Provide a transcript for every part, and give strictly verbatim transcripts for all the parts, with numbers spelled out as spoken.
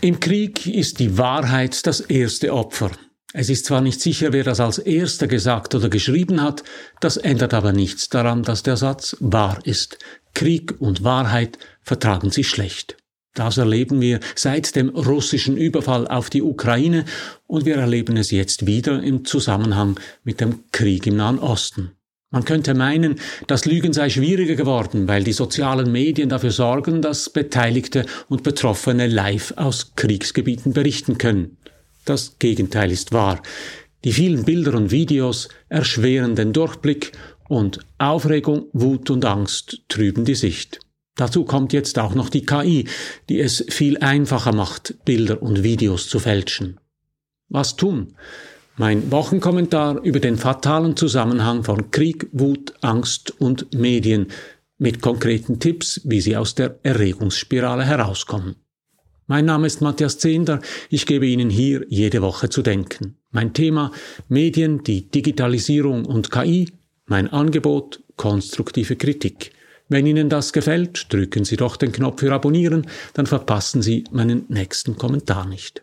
Im Krieg ist die Wahrheit das erste Opfer. Es ist zwar nicht sicher, wer das als Erster gesagt oder geschrieben hat, das ändert aber nichts daran, dass der Satz wahr ist. Krieg und Wahrheit vertragen sich schlecht. Das erleben wir seit dem russischen Überfall auf die Ukraine und wir erleben es jetzt wieder im Zusammenhang mit dem Krieg im Nahen Osten. Man könnte meinen, das Lügen sei schwieriger geworden, weil die sozialen Medien dafür sorgen, dass Beteiligte und Betroffene live aus Kriegsgebieten berichten können. Das Gegenteil ist wahr. Die vielen Bilder und Videos erschweren den Durchblick und Aufregung, Wut und Angst trüben die Sicht. Dazu kommt jetzt auch noch die K I, die es viel einfacher macht, Bilder und Videos zu fälschen. Was tun? Mein Wochenkommentar über den fatalen Zusammenhang von Krieg, Wut, Angst und Medien mit konkreten Tipps, wie sie aus der Erregungsspirale herauskommen. Mein Name ist Matthias Zehnder, ich gebe Ihnen hier jede Woche zu denken. Mein Thema: Medien, die Digitalisierung und K I, mein Angebot: konstruktive Kritik. Wenn Ihnen das gefällt, drücken Sie doch den Knopf für Abonnieren, dann verpassen Sie meinen nächsten Kommentar nicht.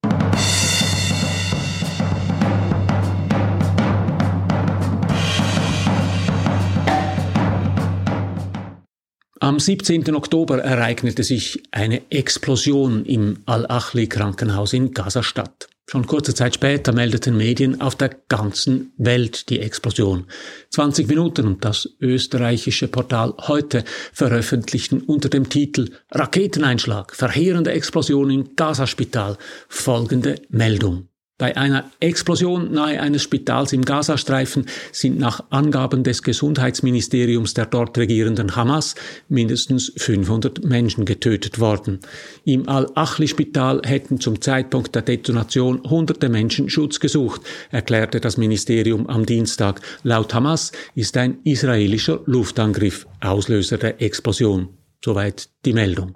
Am siebzehnten Oktober ereignete sich eine Explosion im Al-Achli-Krankenhaus in Gaza-Stadt. Schon kurze Zeit später meldeten Medien auf der ganzen Welt die Explosion. zwanzig Minuten und das österreichische Portal Heute veröffentlichten unter dem Titel Raketeneinschlag, verheerende Explosion im Gaza-Spital folgende Meldung. Bei einer Explosion nahe eines Spitals im Gazastreifen sind nach Angaben des Gesundheitsministeriums der dort regierenden Hamas mindestens fünfhundert Menschen getötet worden. Im Al-Achli-Spital hätten zum Zeitpunkt der Detonation hunderte Menschen Schutz gesucht, erklärte das Ministerium am Dienstag. Laut Hamas ist ein israelischer Luftangriff Auslöser der Explosion. Soweit die Meldung.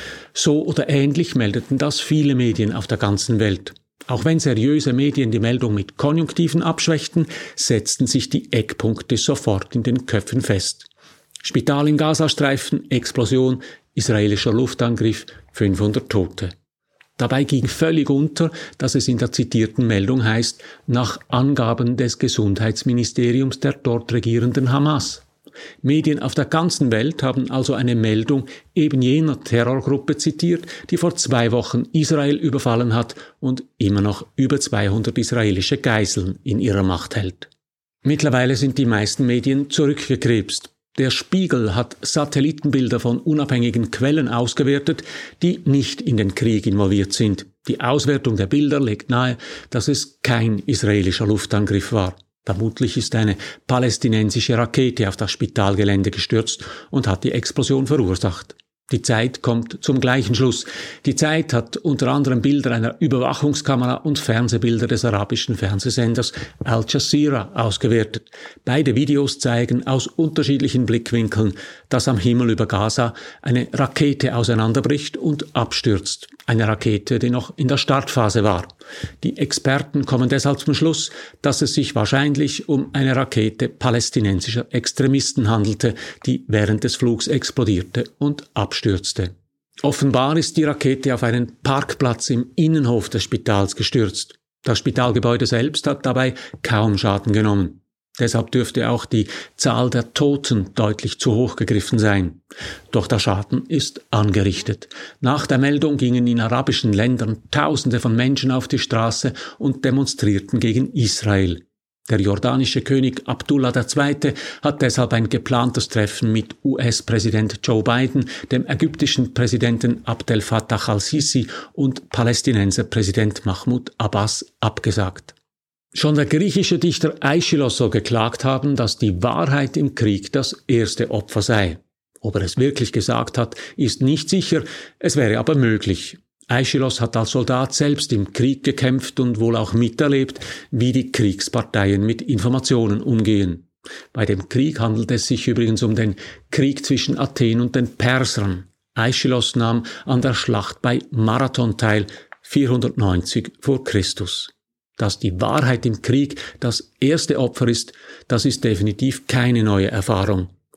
So oder ähnlich meldeten das viele Medien auf der ganzen Welt. Auch wenn seriöse Medien die Meldung mit Konjunktiven abschwächten, setzten sich die Eckpunkte sofort in den Köpfen fest. Spital im Gazastreifen, Explosion, israelischer Luftangriff, fünfhundert Tote. Dabei ging völlig unter, dass es in der zitierten Meldung heißt, nach Angaben des Gesundheitsministeriums der dort regierenden Hamas. Medien auf der ganzen Welt haben also eine Meldung eben jener Terrorgruppe zitiert, die vor zwei Wochen Israel überfallen hat und immer noch über zweihundert israelische Geiseln in ihrer Macht hält. Mittlerweile sind die meisten Medien zurückgekrebst. Der Spiegel hat Satellitenbilder von unabhängigen Quellen ausgewertet, die nicht in den Krieg involviert sind. Die Auswertung der Bilder legt nahe, dass es kein israelischer Luftangriff war. Vermutlich ist eine palästinensische Rakete auf das Spitalgelände gestürzt und hat die Explosion verursacht. Die Zeit kommt zum gleichen Schluss. Die Zeit hat unter anderem Bilder einer Überwachungskamera und Fernsehbilder des arabischen Fernsehsenders Al Jazeera ausgewertet. Beide Videos zeigen aus unterschiedlichen Blickwinkeln, dass am Himmel über Gaza eine Rakete auseinanderbricht und abstürzt. Eine Rakete, die noch in der Startphase war. Die Experten kommen deshalb zum Schluss, dass es sich wahrscheinlich um eine Rakete palästinensischer Extremisten handelte, die während des Flugs explodierte und abstürzte. Offenbar ist die Rakete auf einen Parkplatz im Innenhof des Spitals gestürzt. Das Spitalgebäude selbst hat dabei kaum Schaden genommen. Deshalb dürfte auch die Zahl der Toten deutlich zu hoch gegriffen sein. Doch der Schaden ist angerichtet. Nach der Meldung gingen in arabischen Ländern Tausende von Menschen auf die Straße und demonstrierten gegen Israel. Der jordanische König Abdullah der Zweite hat deshalb ein geplantes Treffen mit U S-Präsident Joe Biden, dem ägyptischen Präsidenten Abdel Fattah al-Sisi und Palästinenser Präsident Mahmoud Abbas abgesagt. Schon der griechische Dichter Aeschylos soll geklagt haben, dass die Wahrheit im Krieg das erste Opfer sei. Ob er es wirklich gesagt hat, ist nicht sicher, es wäre aber möglich. Aeschylos hat als Soldat selbst im Krieg gekämpft und wohl auch miterlebt, wie die Kriegsparteien mit Informationen umgehen. Bei dem Krieg handelt es sich übrigens um den Krieg zwischen Athen und den Persern. Aeschylos nahm an der Schlacht bei Marathon teil, vierhundertneunzig vor Christus. Dass die Wahrheit im Krieg das erste Opfer ist, das ist definitiv keine neue Erfahrung.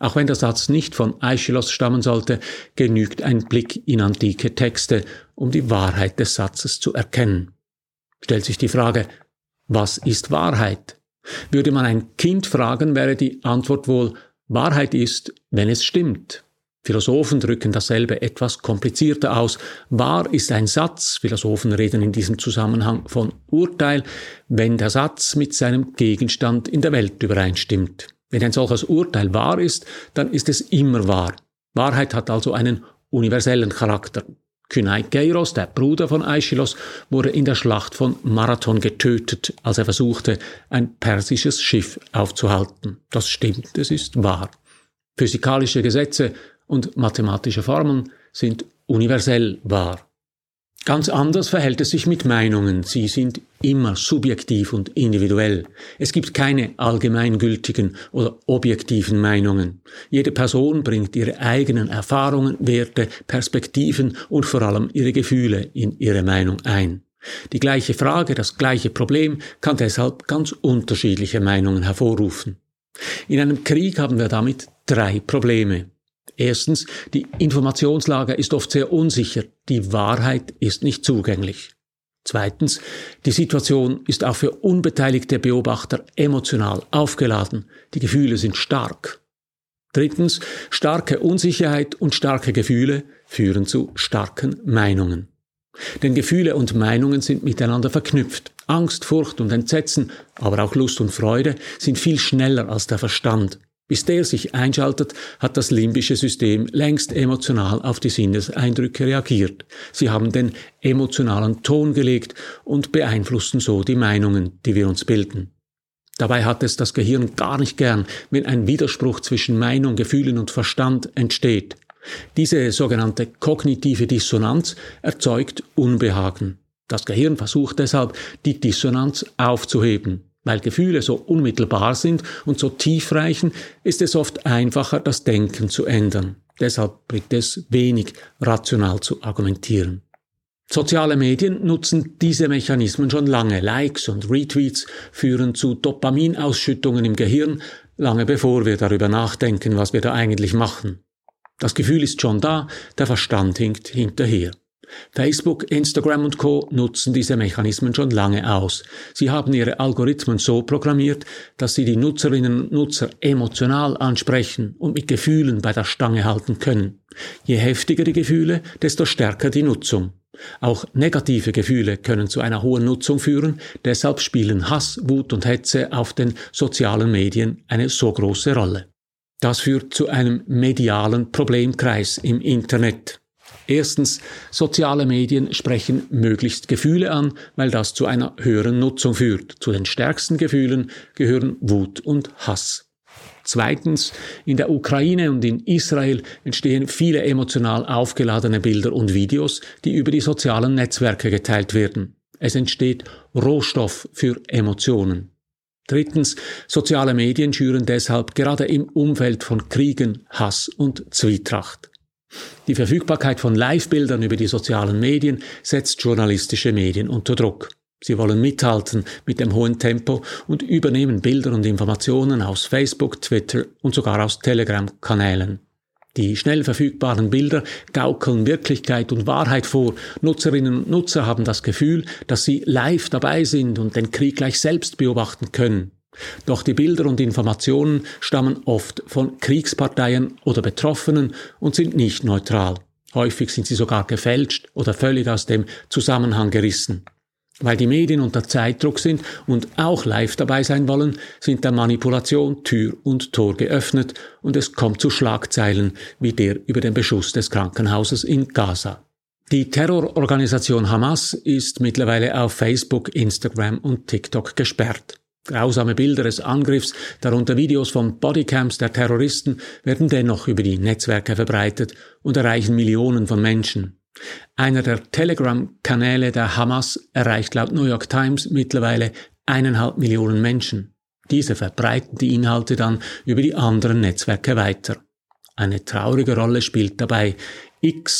Auch wenn der Satz nicht von Aeschylus stammen sollte, genügt ein Blick in antike Texte, um die Wahrheit des Satzes zu erkennen. Stellt sich die Frage, was ist Wahrheit? Würde man ein Kind fragen, wäre die Antwort wohl, Wahrheit ist, wenn es stimmt. Philosophen drücken dasselbe etwas komplizierter aus. Wahr ist ein Satz, Philosophen reden in diesem Zusammenhang von Urteil, wenn der Satz mit seinem Gegenstand in der Welt übereinstimmt. Wenn ein solches Urteil wahr ist, dann ist es immer wahr. Wahrheit hat also einen universellen Charakter. Kynaikeiros, der Bruder von Aeschylus, wurde in der Schlacht von Marathon getötet, als er versuchte, ein persisches Schiff aufzuhalten. Das stimmt, es ist wahr. Physikalische Gesetze und mathematische Formeln sind universell wahr. Ganz anders verhält es sich mit Meinungen. Sie sind immer subjektiv und individuell. Es gibt keine allgemeingültigen oder objektiven Meinungen. Jede Person bringt ihre eigenen Erfahrungen, Werte, Perspektiven und vor allem ihre Gefühle in ihre Meinung ein. Die gleiche Frage, das gleiche Problem kann deshalb ganz unterschiedliche Meinungen hervorrufen. In einem Krieg haben wir damit drei Probleme. Erstens, die Informationslage ist oft sehr unsicher, die Wahrheit ist nicht zugänglich. Zweitens, die Situation ist auch für unbeteiligte Beobachter emotional aufgeladen, die Gefühle sind stark. Drittens, starke Unsicherheit und starke Gefühle führen zu starken Meinungen. Denn Gefühle und Meinungen sind miteinander verknüpft. Angst, Furcht und Entsetzen, aber auch Lust und Freude sind viel schneller als der Verstand. Bis der sich einschaltet, hat das limbische System längst emotional auf die Sinneseindrücke reagiert. Sie haben den emotionalen Ton gelegt und beeinflussen so die Meinungen, die wir uns bilden. Dabei hat es das Gehirn gar nicht gern, wenn ein Widerspruch zwischen Meinung, Gefühlen und Verstand entsteht. Diese sogenannte kognitive Dissonanz erzeugt Unbehagen. Das Gehirn versucht deshalb, die Dissonanz aufzuheben. Weil Gefühle so unmittelbar sind und so tiefreichen, ist es oft einfacher, das Denken zu ändern. Deshalb bringt es wenig, rational zu argumentieren. Soziale Medien nutzen diese Mechanismen schon lange. Likes und Retweets führen zu Dopaminausschüttungen im Gehirn, lange bevor wir darüber nachdenken, was wir da eigentlich machen. Das Gefühl ist schon da, der Verstand hinkt hinterher. Facebook, Instagram und Co. nutzen diese Mechanismen schon lange aus. Sie haben ihre Algorithmen so programmiert, dass sie die Nutzerinnen und Nutzer emotional ansprechen und mit Gefühlen bei der Stange halten können. Je heftiger die Gefühle, desto stärker die Nutzung. Auch negative Gefühle können zu einer hohen Nutzung führen, deshalb spielen Hass, Wut und Hetze auf den sozialen Medien eine so große Rolle. Das führt zu einem medialen Problemkreis im Internet. Erstens, soziale Medien sprechen möglichst Gefühle an, weil das zu einer höheren Nutzung führt. Zu den stärksten Gefühlen gehören Wut und Hass. Zweitens, in der Ukraine und in Israel entstehen viele emotional aufgeladene Bilder und Videos, die über die sozialen Netzwerke geteilt werden. Es entsteht Rohstoff für Emotionen. Drittens, soziale Medien schüren deshalb gerade im Umfeld von Kriegen, Hass und Zwietracht. Die Verfügbarkeit von Live-Bildern über die sozialen Medien setzt journalistische Medien unter Druck. Sie wollen mithalten mit dem hohen Tempo und übernehmen Bilder und Informationen aus Facebook, Twitter und sogar aus Telegram-Kanälen. Die schnell verfügbaren Bilder gaukeln Wirklichkeit und Wahrheit vor. Nutzerinnen und Nutzer haben das Gefühl, dass sie live dabei sind und den Krieg gleich selbst beobachten können. Doch die Bilder und Informationen stammen oft von Kriegsparteien oder Betroffenen und sind nicht neutral. Häufig sind sie sogar gefälscht oder völlig aus dem Zusammenhang gerissen. Weil die Medien unter Zeitdruck sind und auch live dabei sein wollen, sind der Manipulation Tür und Tor geöffnet und es kommt zu Schlagzeilen wie der über den Beschuss des Krankenhauses in Gaza. Die Terrororganisation Hamas ist mittlerweile auf Facebook, Instagram und TikTok gesperrt. Grausame Bilder des Angriffs, darunter Videos von Bodycams der Terroristen, werden dennoch über die Netzwerke verbreitet und erreichen Millionen von Menschen. Einer der Telegram-Kanäle der Hamas erreicht laut New York Times mittlerweile eineinhalb Millionen Menschen. Diese verbreiten die Inhalte dann über die anderen Netzwerke weiter. Eine traurige Rolle spielt dabei X,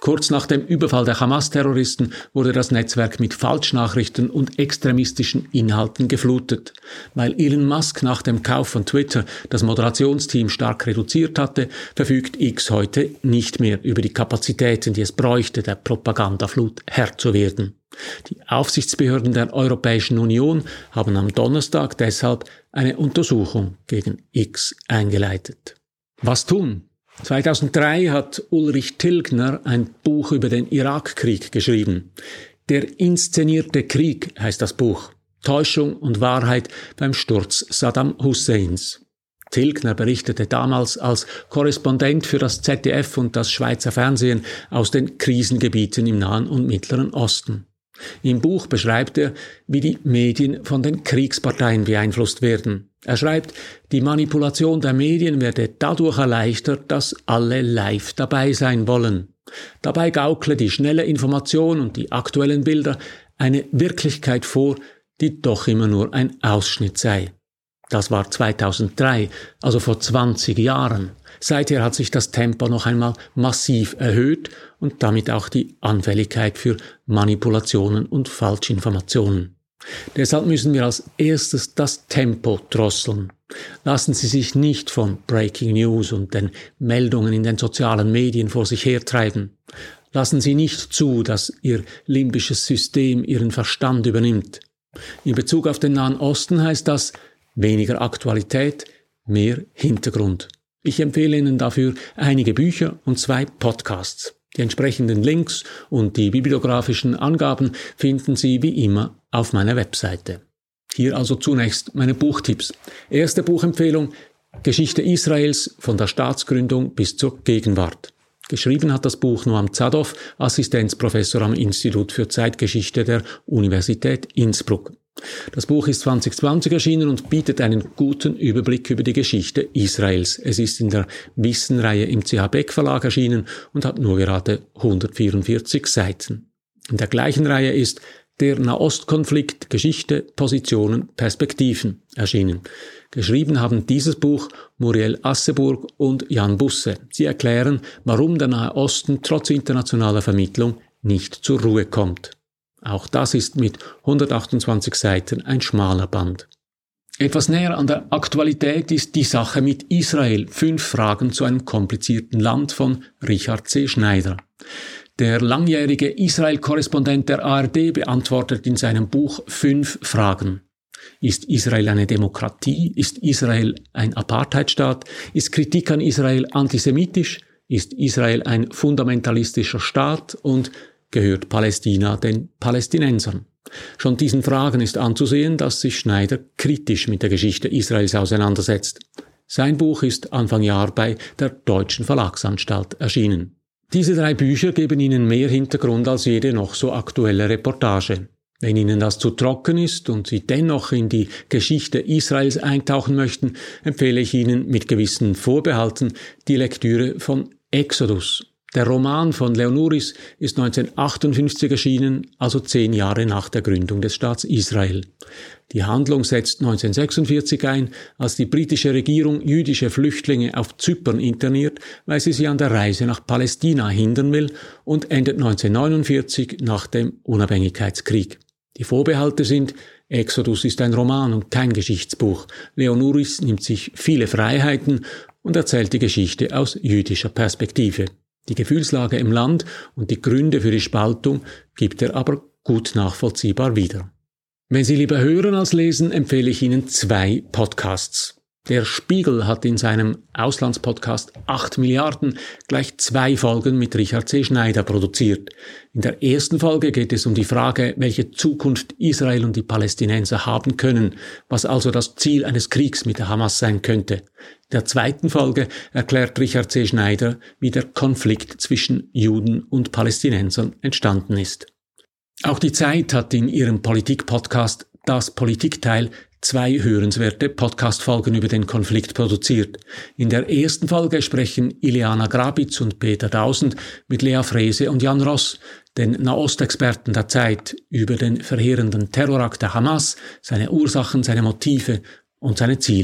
Kurz nach dem Überfall der Hamas-Terroristen wurde das Netzwerk mit Falschnachrichten und extremistischen Inhalten geflutet. Weil Elon Musk nach dem Kauf von Twitter das Moderationsteam stark reduziert hatte, verfügt X heute nicht mehr über die Kapazitäten, die es bräuchte, der Propagandaflut Herr zu werden. Die Aufsichtsbehörden der Europäischen Union haben am Donnerstag deshalb eine Untersuchung gegen X eingeleitet. Was tun? zweitausenddrei hat Ulrich Tilgner ein Buch über den Irakkrieg geschrieben. Der inszenierte Krieg heißt das Buch. Täuschung und Wahrheit beim Sturz Saddam Husseins. Tilgner berichtete damals als Korrespondent für das Z D F und das Schweizer Fernsehen aus den Krisengebieten im Nahen und Mittleren Osten. Im Buch beschreibt er, wie die Medien von den Kriegsparteien beeinflusst werden. Er schreibt, die Manipulation der Medien werde dadurch erleichtert, dass alle live dabei sein wollen. Dabei gaukle die schnelle Information und die aktuellen Bilder eine Wirklichkeit vor, die doch immer nur ein Ausschnitt sei. Das war zweitausenddrei, also vor zwanzig Jahren. Seither hat sich das Tempo noch einmal massiv erhöht und damit auch die Anfälligkeit für Manipulationen und Falschinformationen. Deshalb müssen wir als erstes das Tempo drosseln. Lassen Sie sich nicht von Breaking News und den Meldungen in den sozialen Medien vor sich hertreiben. Lassen Sie nicht zu, dass Ihr limbisches System Ihren Verstand übernimmt. In Bezug auf den Nahen Osten heißt das weniger Aktualität, mehr Hintergrund. Ich empfehle Ihnen dafür einige Bücher und zwei Podcasts. Die entsprechenden Links und die bibliografischen Angaben finden Sie wie immer auf meiner Webseite. Hier also zunächst meine Buchtipps. Erste Buchempfehlung: Geschichte Israels von der Staatsgründung bis zur Gegenwart. Geschrieben hat das Buch Noam Zadow, Assistenzprofessor am Institut für Zeitgeschichte der Universität Innsbruck. Das Buch ist zwanzig zwanzig erschienen und bietet einen guten Überblick über die Geschichte Israels. Es ist in der Wissenreihe im C H Beck Verlag erschienen und hat nur gerade hundertvierundvierzig Seiten. In der gleichen Reihe ist Der Nahostkonflikt, Geschichte, Positionen, Perspektiven erschienen. Geschrieben haben dieses Buch Muriel Asseburg und Jan Busse. Sie erklären, warum der Nahe Osten trotz internationaler Vermittlung nicht zur Ruhe kommt. Auch das ist mit hundertachtundzwanzig Seiten ein schmaler Band. Etwas näher an der Aktualität ist die Sache mit Israel. Fünf Fragen zu einem komplizierten Land von Richard C. Schneider. Der langjährige Israel-Korrespondent der A R D beantwortet in seinem Buch fünf Fragen. Ist Israel eine Demokratie? Ist Israel ein Apartheidstaat? Ist Kritik an Israel antisemitisch? Ist Israel ein fundamentalistischer Staat? Und gehört Palästina den Palästinensern? Schon diesen Fragen ist anzusehen, dass sich Schneider kritisch mit der Geschichte Israels auseinandersetzt. Sein Buch ist Anfang Jahr bei der Deutschen Verlagsanstalt erschienen. Diese drei Bücher geben Ihnen mehr Hintergrund als jede noch so aktuelle Reportage. Wenn Ihnen das zu trocken ist und Sie dennoch in die Geschichte Israels eintauchen möchten, empfehle ich Ihnen mit gewissen Vorbehalten die Lektüre von Exodus. Der Roman von Leonuris ist neunzehnhundertachtundfünfzig erschienen, also zehn Jahre nach der Gründung des Staats Israel. Die Handlung setzt neunzehnhundertsechsundvierzig ein, als die britische Regierung jüdische Flüchtlinge auf Zypern interniert, weil sie sie an der Reise nach Palästina hindern will, und endet neunzehnhundertneunundvierzig nach dem Unabhängigkeitskrieg. Die Vorbehalte sind: Exodus ist ein Roman und kein Geschichtsbuch. Leonuris nimmt sich viele Freiheiten und erzählt die Geschichte aus jüdischer Perspektive. Die Gefühlslage im Land und die Gründe für die Spaltung gibt er aber gut nachvollziehbar wieder. Wenn Sie lieber hören als lesen, empfehle ich Ihnen zwei Podcasts. Der Spiegel hat in seinem Auslandspodcast acht Milliarden gleich zwei Folgen mit Richard C. Schneider produziert. In der ersten Folge geht es um die Frage, welche Zukunft Israel und die Palästinenser haben können, was also das Ziel eines Kriegs mit der Hamas sein könnte. In der zweiten Folge erklärt Richard C. Schneider, wie der Konflikt zwischen Juden und Palästinensern entstanden ist. Auch die Zeit hat in ihrem Politik-Podcast Das Politikteil zwei hörenswerte Podcast-Folgen über den Konflikt produziert. In der ersten Folge sprechen Ileana Grabitz und Peter Dausend mit Lea Frese und Jan Ross, den Nahostexperten der Zeit, über den verheerenden Terrorakt der Hamas, seine Ursachen, seine Motive und seine Ziele.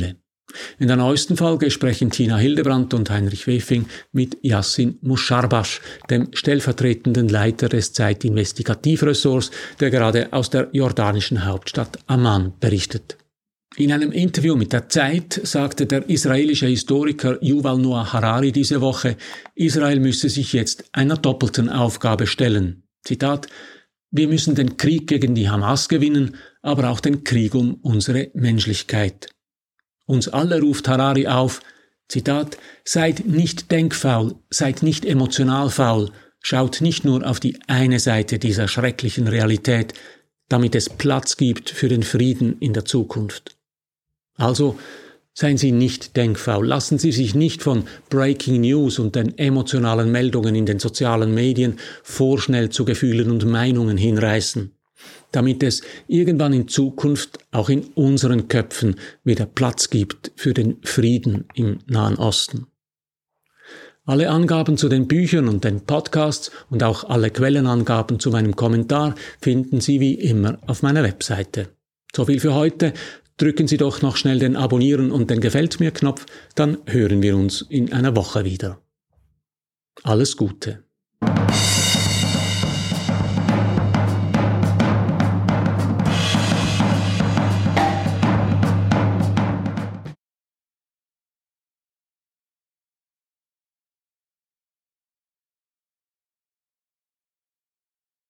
In der neuesten Folge sprechen Tina Hildebrandt und Heinrich Wefing mit Yassin Musharbash, dem stellvertretenden Leiter des Zeit-Investigativressorts, der gerade aus der jordanischen Hauptstadt Amman berichtet. In einem Interview mit der Zeit sagte der israelische Historiker Yuval Noah Harari diese Woche, Israel müsse sich jetzt einer doppelten Aufgabe stellen. Zitat: Wir müssen den Krieg gegen die Hamas gewinnen, aber auch den Krieg um unsere Menschlichkeit. Uns alle ruft Harari auf, Zitat, seid nicht denkfaul, seid nicht emotional faul, schaut nicht nur auf die eine Seite dieser schrecklichen Realität, damit es Platz gibt für den Frieden in der Zukunft. Also, seien Sie nicht denkfaul, lassen Sie sich nicht von Breaking News und den emotionalen Meldungen in den sozialen Medien vorschnell zu Gefühlen und Meinungen hinreißen, damit es irgendwann in Zukunft auch in unseren Köpfen wieder Platz gibt für den Frieden im Nahen Osten. Alle Angaben zu den Büchern und den Podcasts und auch alle Quellenangaben zu meinem Kommentar finden Sie wie immer auf meiner Webseite. So viel für heute. Drücken Sie doch noch schnell den Abonnieren und den Gefällt mir Knopf, dann hören wir uns in einer Woche wieder. Alles Gute.